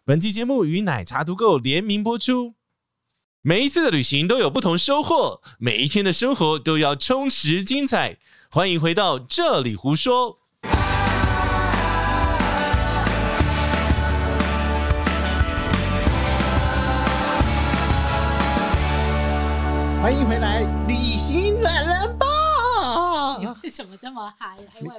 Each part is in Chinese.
本期节目与奶茶独购联名播出。每一次的旅行都有不同收获，每一天的生活都要充实精彩。欢迎回到这里胡说。欢迎回来，旅行懒人包。 你为什么这么嗨？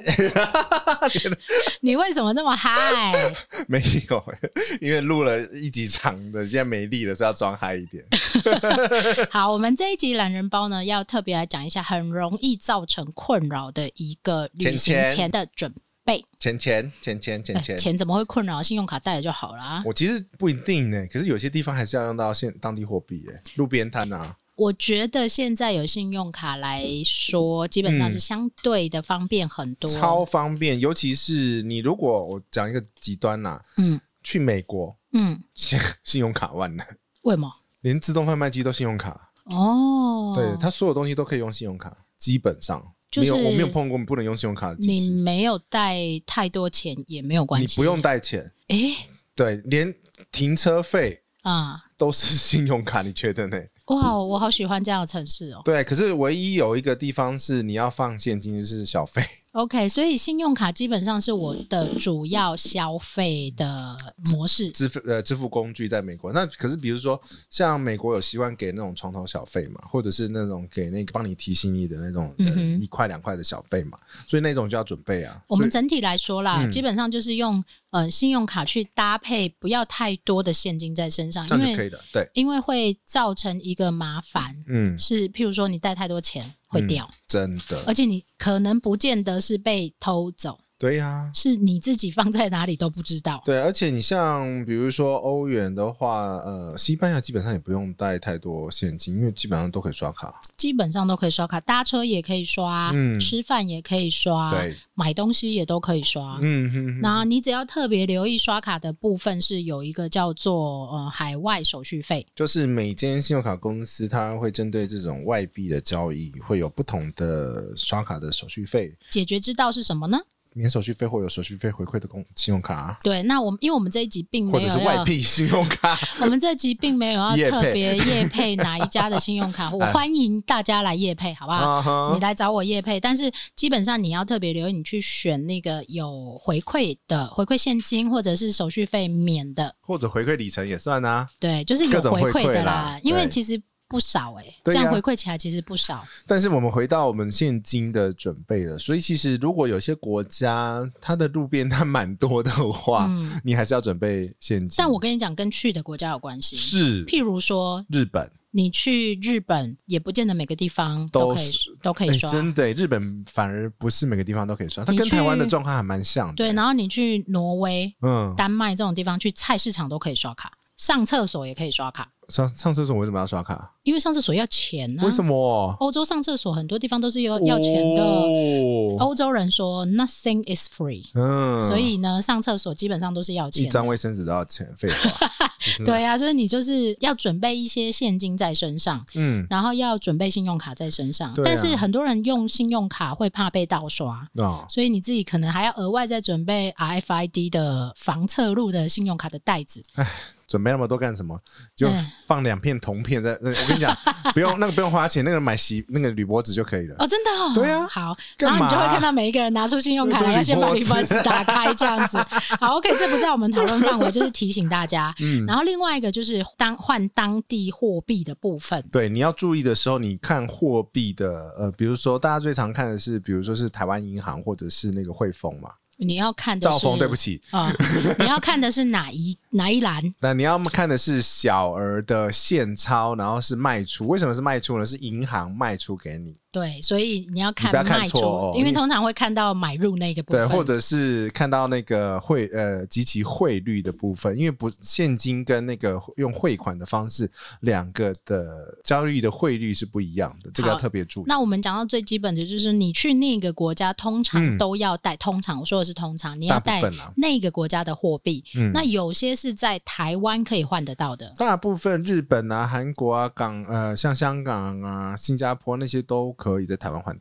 你为什么这么嗨？ 没有，因为录了一集长的，现在没力了，所以要装嗨一点。 好，我们这一集懒人包呢，要特别来讲一下很容易造成困扰的一个旅行前的准备。钱怎么会困扰？信用卡带了就好了啊。 我其实不一定呢，可是有些地方还是要用到当地货币耶，路边摊啊。 我觉得现在有信用卡来说，基本上是相对的方便很多， 超方便。尤其是你如果我讲一个极端啦，去美国，信用卡万能。为什么？连自动贩卖机都信用卡哦。对，它所有东西都可以用信用卡，基本上。就是我没有碰过不能用信用卡的机器。 你没有带太多钱也没有关系， 你不用带钱。对，连停车费啊都是信用卡，你觉得呢？ 哇，我好喜欢这样的城市哦。 对，可是唯一有一个地方是你要放现金，就是小费。 OK， 所以信用卡基本上是我的主要消费的模式， 支付工具在美国。那可是比如说像美国有习惯给那种床头小费嘛，或者是那种给那个帮你提行李的那种1块2块的小费嘛，所以那种就要准备啊。 我们整体来说啦，基本上就是用信用卡去搭配，不要太多的现金在身上， 这样就可以了。对， 因为会造成一个麻烦，是譬如说你带太多钱会掉， 真的， 而且你可能不见得是被偷走。 对呀， 是你自己放在哪里都不知道。 对，而且你像比如说欧元的话，西班牙基本上也不用带太多现金，因为基本上都可以刷卡。 基本上都可以刷卡，搭车也可以刷，吃饭也可以刷，对，买东西也都可以刷。那你只要特别留意刷卡的部分是有一个叫做海外手续费， 就是每间信用卡公司它会针对这种外币的交易会有不同的刷卡的手续费。 解决之道是什么呢？ 免手续费或有手续费回馈的信用卡啊。 对，那因为我们这一集并没有或者是外币信用卡我们这一集并没有要特别业配哪一家的信用卡我欢迎大家来业配好不好你来找我业配，但是基本上你要特别留意，你去选那个有回馈的，回馈现金或者是手续费免的， 或者回馈里程也算啊。 对，就是有回馈的啦，因为其实不少这样回馈起来其实不少。 但是我们回到我们现金的准备了，所以其实如果有些国家它的路边摊蛮多的话，你还是要准备现金。 但我跟你讲，跟去的国家有关系。 是， 譬如说日本， 你去日本也不见得每个地方都可以刷。 真的，日本反而不是每个地方都可以刷，它跟台湾的状况还蛮像的。 对，然后你去挪威、丹麦这种地方，去菜市场都可以刷卡，上厕所也可以刷卡。 上厕所为什么要刷卡？ 因为上厕所要钱啊。 为什么？ 欧洲上厕所很多地方都是要钱的。欧洲人说 nothing is free，所以呢上厕所基本上都是要钱的， 一张卫生纸都要钱，废话对啊，所以你就是要准备一些现金在身上，然后要准备信用卡在身上，但是很多人用信用卡会怕被盗刷，所以你自己可能还要额外再准备 RFID 的防侧录的信用卡的袋子。 准备那么多干什么？就放2片铜片在。我跟你讲，不用花钱，那个买那个铝箔纸就可以了。 真的哦。 对啊。 好，然后你就会看到每一个人拿出信用卡来，要先把铝箔纸打开，这样子。好 ，OK， 这不在我们讨论范围，就是提醒大家。然后另外一个就是换当地货币的部分。 对，你要注意的时候，你看货币的比如说大家最常看的是，比如说是台湾银行或者是那个汇丰嘛。 你要看的是兆丰，对不起你要看的是哪一栏？ 那你要看的是小额的现钞，然后是卖出。为什么是卖出呢？是银行卖出给你。 对，所以你要看卖出，因为通常会看到买入那个部分， 对，或者是看到那个及其汇率的部分，因为不现金跟那个用汇款的方式，两个的交易的汇率是不一样的，这个要特别注意。 那我们讲到最基本的就是你去那个国家通常都要带，通常我说的是通常你要带那个国家的货币，那有些是在台湾可以换得到的， 大部分日本啊、韩国啊、像香港啊、新加坡那些都可以在台湾换到。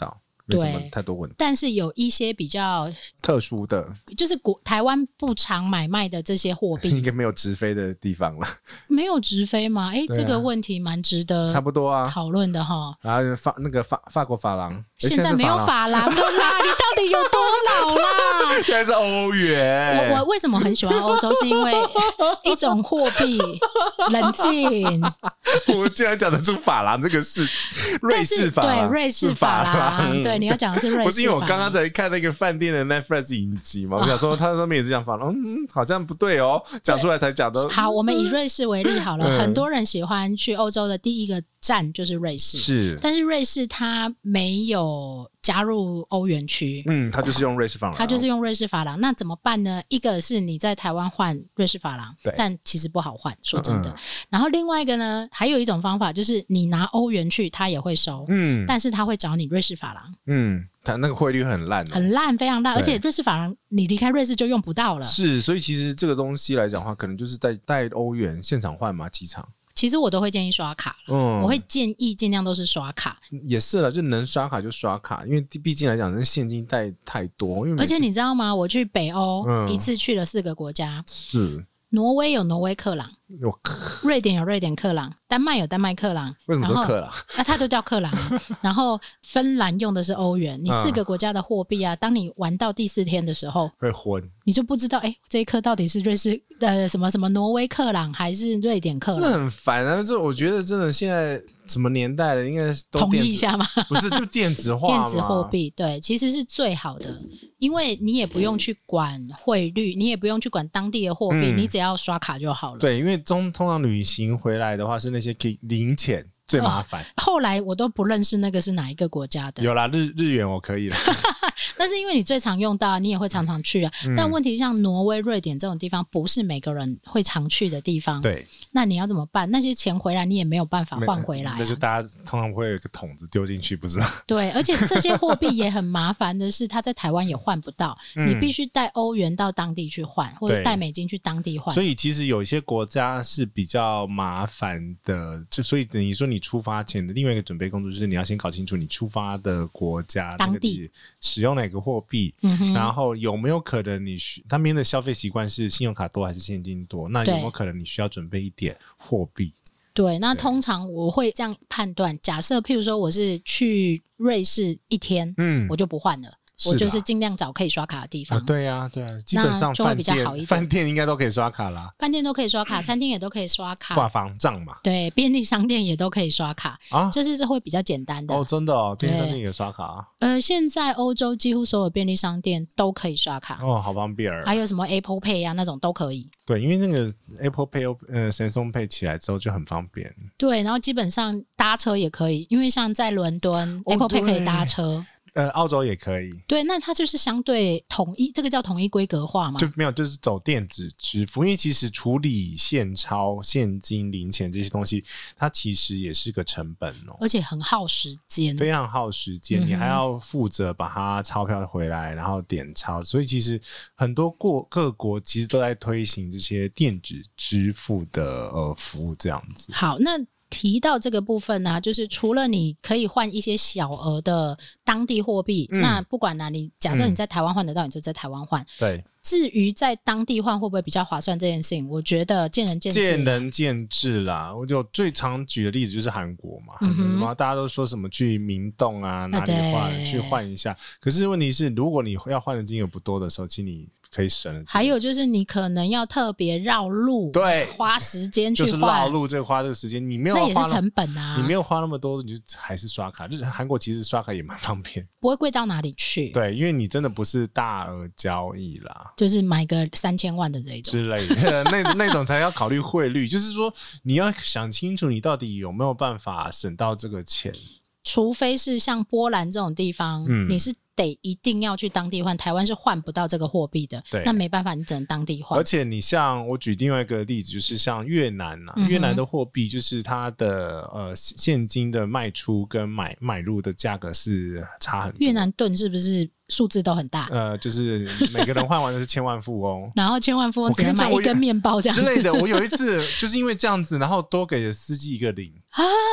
没什么太多问题。 但是有一些比较特殊的， 就是台湾不常买卖的这些货币， 应该没有直飞的地方了。 没有直飞吗？这个问题蛮值得差不多啊讨论的哈。 然后法国法郎， 现在没有法郎了啦，你到底有多老啦？ 现在是欧元。 我为什么很喜欢欧洲？是因为一种货币，冷静。 我竟然讲得出法郎这个事，瑞士法郎， 对，瑞士法郎，对，你要讲的是瑞士法郎。 不是因为我刚刚在看那个饭店的 Netflix 影集嘛，我想说他上面也是讲法郎，好像不对哦，讲出来才讲的。 好，我们以瑞士为例好了，很多人喜欢去欧洲的第一个站就是瑞士， 是， 但是瑞士它没有加入欧元区， 它就是用瑞士法郎， 它就是用瑞士法郎。那怎么办呢？一个是你在台湾换瑞士法郎，但其实不好换，说真的。然后另外一个呢，还有一种方法就是你拿欧元去，他也会收，但是他会找你瑞士法郎， 它那个汇率很烂， 很烂，非常烂，而且瑞士法郎你离开瑞士就用不到了。 是，所以其实这个东西来讲的话，可能就是带欧元现场换嘛，机场。 其实我都会建议刷卡了，我会建议尽量都是刷卡。 也是了，就能刷卡就刷卡，因为毕竟来讲，那现金带太多。 而且你知道吗？我去北欧一次去了4个国家， 是挪威有挪威克朗，瑞典有瑞典克朗，丹麦有丹麦克朗， 为什么都克朗？ 它都叫克朗。然后芬兰用的是欧元。你4个国家的货币啊，当你玩到第4天的时候， 会昏， 你就不知道这一颗到底是瑞士什么什么挪威克朗还是瑞典克朗， 真的很烦啊！这我觉得真的现在什么年代了，应该都统一一下吗？ 不是，就电子化嘛， 电子货币，对，其实是最好的，因为你也不用去管汇率，你也不用去管当地的货币，你只要刷卡就好了。 对，因为通常旅行回来的话，是那些零钱最麻烦。 后来我都不认识那个是哪一个国家的。 有啦，日元我可以了。 但是因为你最常用到，你也会常常去啊。但问题像挪威、瑞典这种地方，不是每个人会常去的地方。 对， 那你要怎么办？那些钱回来，你也没有办法换回来那就大家通常会有一个桶子丢进去，不是吗？ 对，而且这些货币也很麻烦的是，它在台湾也换不到，你必须带欧元到当地去换，或者带美金去当地换。 所以其实有一些国家是比较麻烦的，所以等于说你出发前的另外一个准备工作就是你要先搞清楚你出发的国家当地使用哪个货币，然后有没有可能他们的消费习惯是信用卡多还是现金多？那有没有可能你需要准备一点货币？ 对，那通常我会这样判断，假设譬如说我是去瑞士1天，我就不换了。我就是尽量找可以刷卡的地方。 对啊，对啊，基本上就会比较好一点。 饭店应该都可以刷卡啦， 饭店都可以刷卡，餐厅也都可以刷卡， 挂房账嘛。 对，便利商店也都可以刷卡啊，就是会比较简单的。 哦，真的哦，便利商店也刷卡啊。 现在欧洲几乎所有便利商店都可以刷卡哦，好方便。 还有什么 Apple Pay 啊那种都可以。 对，因为那个 Apple Pay、Samsung Pay 起来之后就很方便。 对，然后基本上搭车也可以，因为像在伦敦、Apple Pay 可以搭车。 澳洲也可以。 对，那它就是相对统一，这个叫统一规格化嘛？ 就没有，就是走电子支付。因为其实处理现钞、现金、零钱这些东西，它其实也是个成本哦， 而且很耗时间， 非常耗时间。你还要负责把它钞票回来，然后点钞。所以其实很多各国其实都在推行这些电子支付的服务，这样子。 好，那提到这个部分呢，就是除了你可以换一些小额的当地货币，那不管哪里，假设你在台湾换得到，你就在台湾换。对。至于在当地换会不会比较划算这件事情，我觉得见仁见智。 见仁见智啦。我就最常举的例子就是韩国嘛，什么大家都说什么去明洞啊哪里换去换一下，可是问题是，如果你要换的金额不多的时候，其实你可以省了。 还有就是你可能要特别绕路， 对， 花时间去换， 就是绕路花这个时间，你没有那也是成本啊。 你没有花那么多，你就还是刷卡。就是韩国其实刷卡也蛮方便， 不会贵到哪里去。 对，因为你真的不是大额交易啦， 就是买个3000万的这一种之类的，那种才要考虑汇率。就是说你要想清楚，你到底有没有办法省到这个钱。 除非是像波兰这种地方，你是一定要去当地换，台湾是换不到这个货币的，那没办法，你只能当地换。 而且你像我举另外一个例子，就是像越南越南的货币就是它的现金的卖出跟买入的价格是差很多。 越南盾是不是数字都很大？ 就是每个人换完就是千万富翁， 然后千万富翁只能买一根面包这样子之类的。我有一次就是因为这样子，然后多给了司机一个零啊。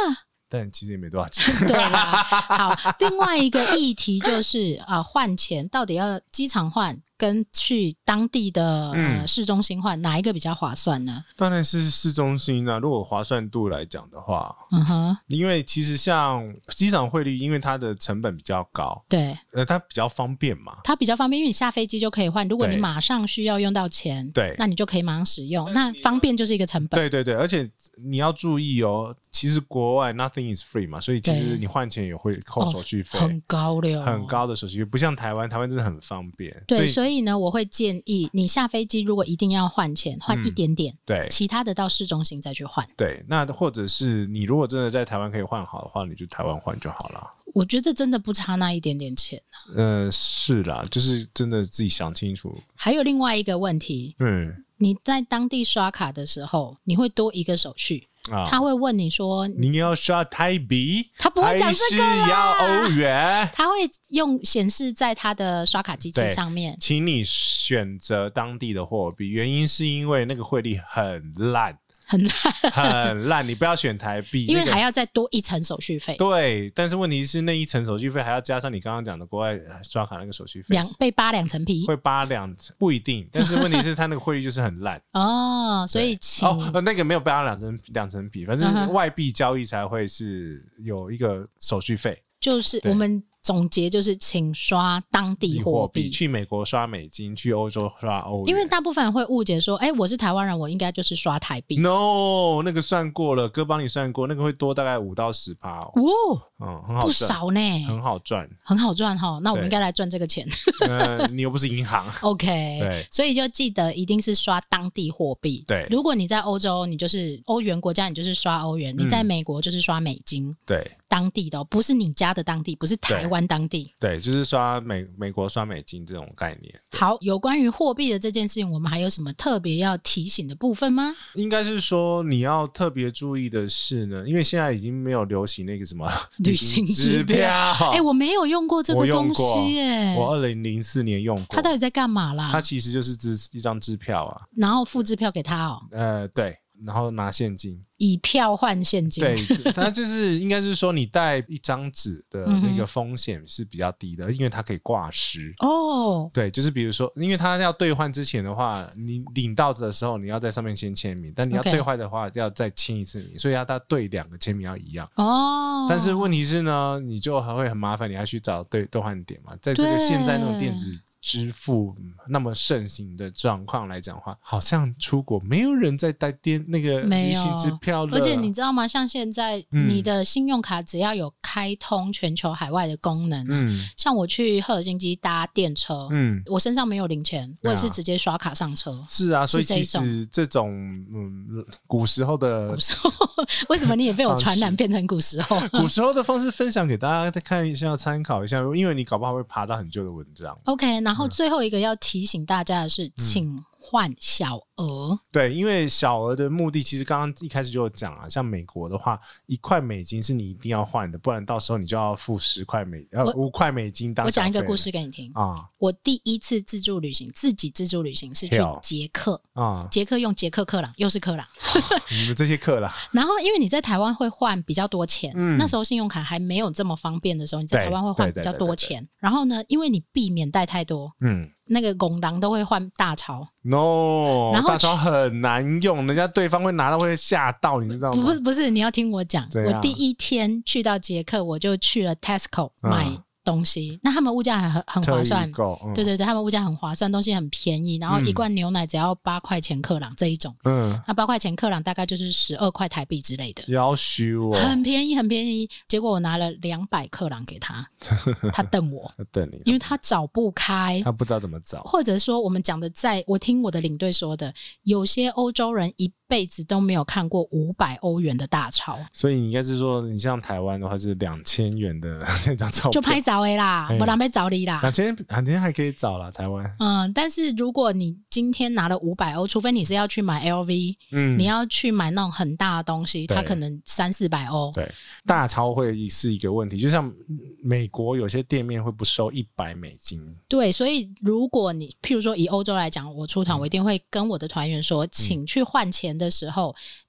但其实也没多少钱。 对啦，好，另外一个议题就是换钱到底要机场换跟去当地的市中心换，哪一个比较划算呢？ 当然是市中心啊，如果划算度来讲的话，因为其实像机场汇率，因为它的成本比较高， 对， 它比较方便嘛， 它比较方便，因为你下飞机就可以换，如果你马上需要用到钱， 对， 那你就可以马上使用，那方便就是一个成本。 对对对，而且你要注意哦，其实国外 nothing is free 嘛，所以其实你换钱也会扣手续费， 很高的很高的手续费，不像台湾真的很方便。 对，所以呢，我会建议你下飞机如果一定要换钱，换一点点， 对， 其他的到市中心再去换。 对，那或者是你如果真的在台湾可以换好的话，你就台湾换就好了。 我觉得真的不差那一点点钱是啦，就是真的自己想清楚。 还有另外一个问题，你在当地刷卡的时候，你会多一个手续。他会问你说你要刷台币， 他不会讲这个啦， 还是要欧元， 他会用显示在他的刷卡机器上面， 请你选择当地的货币，原因是因为那个汇率很烂，很烂，你不要选台币， 因为还要再多一层手续费。 对，但是问题是那一层手续费还要加上你刚刚讲的国外刷卡那个手续费， 被扒2层皮， 会扒不一定，但是问题是它那个汇率就是很烂哦，所以那个没有扒两层皮，反正外币交易才会是有一个手续费， 就是我们总结就是请刷当地货币， 去美国刷美金，去欧洲刷欧元。 因为大部分人会误解说我是台湾人，我应该就是刷台币。 No， 那个算过了，哥帮你算过，那个会多大概5%到10% 很好赚，不少呢， 很好赚那我们应该来赚这个钱。 你又不是银行 OK， 对， 所以就记得一定是刷当地货币。 对， 如果你在欧洲，你就是欧元国家，你就是刷欧元，你在美国就是刷美金。 对， 当地的不是你家的当地，不是台湾当地。 对，就是刷美国刷美金这种概念。 好，有关于货币的这件事情，我们还有什么特别要提醒的部分吗？ 应该是说你要特别注意的是呢，因为现在已经没有流行那个什么旅行支票。我没有用过这个东西耶， 我2004年用过。 它到底在干嘛啦？ 它其实就是一张支票啊， 然后付支票给他哦。 对，然后拿现金， 以票换现金。 对，它就是应该是说你带一张纸的那个风险是比较低的，因为它可以挂失。对，就是比如说，因为它要兑换之前的话，你领到的时候你要在上面先签名，但你要兑换的话要再签一次名，所以它对2个签名要一样。但是问题是呢，你就还会很麻烦，你还去找兑换点嘛，在这个现在那种电子支付那么盛行的状况来讲的话，好像出国没有人在带那个旅行支票了。 而且你知道吗？像现在你的信用卡只要有开通全球海外的功能，像我去赫尔辛基搭电车，我身上没有零钱，我也是直接刷卡上车。 是啊，所以其实这种古时候的为什么你也被我传染变成古时候？ 古时候的方式分享给大家再看一下，参考一下，因为你搞不好会爬到很旧的文章。 OK， 然后最后一个要提醒大家的是，请换小额。 对，因为小额的目的其实刚刚一开始就有讲啊，像美国的话1块美金是你一定要换的，不然到时候你就要付5块美金当小费。 我讲一个故事给你听啊。我第一次自己自助旅行是去捷克啊，捷克用捷克克朗，又是克朗你们这些克朗。 然后因为你在台湾会换比较多钱，那时候信用卡还没有这么方便的时候，你在台湾会换比较多钱。然后呢，因为你避免带太多，那个拱狼都会换大钞 ，no， 然后大钞很难用，人家对方会拿到会吓到，你知道吗？ 不是，你要听我讲。我第一天去到捷克，我就去了 Tesco 买东西，那他们物价很划算，对，他们物价很划算，东西很便宜，然后一罐牛奶只要8块钱克朗这一种，那8块钱克朗大概就是12块台币之类的， 要修哦， 很便宜很便宜。结果我拿了200克朗给他，他瞪我，瞪你，因为他找不开， 他不知道怎么找， 或者说我们讲的，我听我的领队说的，有些欧洲人一辈子都没有看过500欧元的大钞， 所以你应该是说，你像台湾的话，就是2000元的那张钞票就拍照的啦，没人要找你啦。 2000还可以找啦，台湾。 但是如果你今天拿了500欧，除非你是要去买 LV，你要去买那种很大的东西，它可能300-400欧。 对，大钞会是一个问题，就像美国有些店面会不收100美金。 对，所以如果你譬如说以欧洲来讲，我出团我一定会跟我的团员说，请去换钱的时候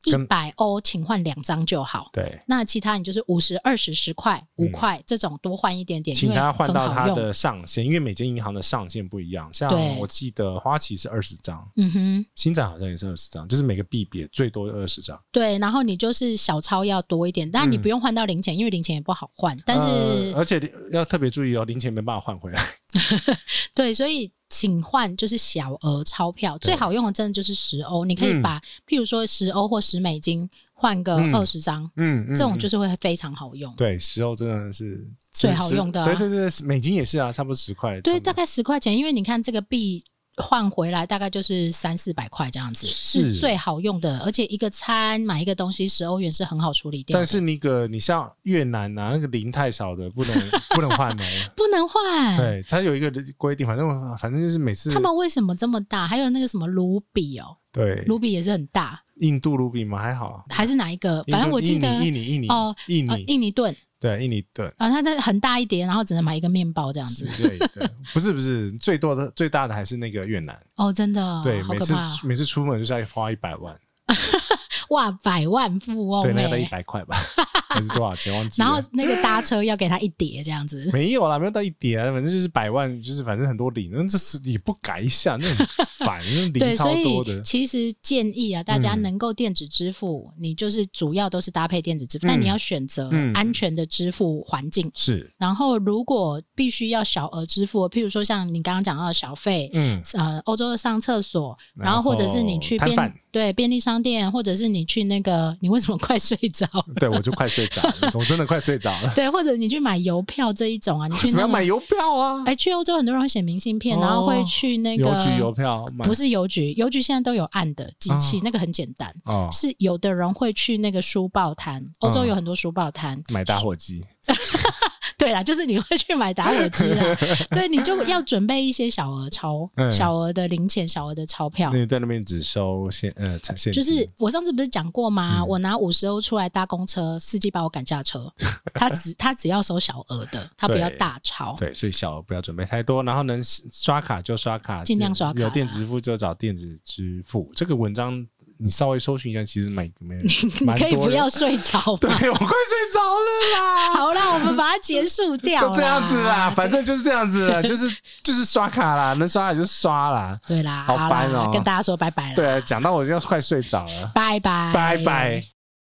100欧请换2张就好。 对， 那其他你就是50、20、10块、5块这种多换一点点， 请他换到他的上限，因为每间银行的上限不一样。像我记得花旗是20张，新展好像也是20张，就是每个币别最多20张。 对，然后你就是小钞要多一点，但你不用换到零钱，因为零钱也不好换。但是而且要特别注意零钱没办法换回来。 对，所以请换就是小额钞票，最好用的真的就是10欧，你可以把譬如说10欧或10美金换个20张，这种就是会非常好用。 对，10欧真的是最好用的。 对对对，美金也是啊，差不多10块。 对，大概10块钱，因为你看这个币换回来大概就是300-400块这样子，是最好用的。而且一个餐买一个东西10欧元是很好处理掉的。 但是你像越南啊，那个零太少的不能换哦， 不能换。 对，它有一个规定，反正就是每次。 他们为什么这么大？还有那个什么卢比哦， 对， 卢比也是很大。 印度卢比吗？还好， 还是哪一个？反正我记得印尼盾。对，印尼盾啊，它这很大一叠，然后只能买一个面包这样子。 对，不是，最大的还是那个越南。 哦，真的， 对， 好可怕。 每次出门就是要花100万。 哇，100万富翁， 对，那个100块吧。还是多少钱忘记了。 然后那个搭车要给他1叠这样子。 没有啦，没有到1叠啊，反正就是100万，就是反正很多零，那这是你不改一下，那很烦，那零超多的。 对，所以其实建议啊，大家能够电子支付，你就是主要都是搭配电子支付，但你要选择安全的支付环境。 是。 然后如果必须要小额支付，譬如说像你刚刚讲到的小费，欧洲的上厕所，然后或者是你去便利商店，或者是你去那个，你为什么快睡着？ 对，我就快睡着了，我真的快睡着了。 对，或者你去买邮票这一种啊，你去怎么样买邮票啊？ 去欧洲很多人会写明信片，然后会去那个邮局邮票， 不是邮局现在都有按的机器，那个很简单。是有的人会去那个书报摊，欧洲有很多书报摊， 买打火机。 对啦，就是你会去买打火机啦。对，你就要准备一些小额小额的零钱、小额的钞票。 你在那边只收现金。 就是我上次不是讲过吗？我拿50欧出来搭公车，司机把我赶下车。他只要收小额的，他不要大钞。 对，所以小额不要准备太多，然后能刷卡就刷卡， 尽量刷卡。 有电子支付就找电子支付。这个文章你稍微搜寻一下，其实蛮你可以不要睡着吗？ 对，我快睡着了啦。 好啦，我们把它结束掉啦。 就这样子啦，反正就是这样子啦，就是刷卡啦，能刷卡就刷啦。 对啦， 好烦哦， 跟大家说拜拜了。 对，讲到我就要快睡着了， 拜拜， 拜拜。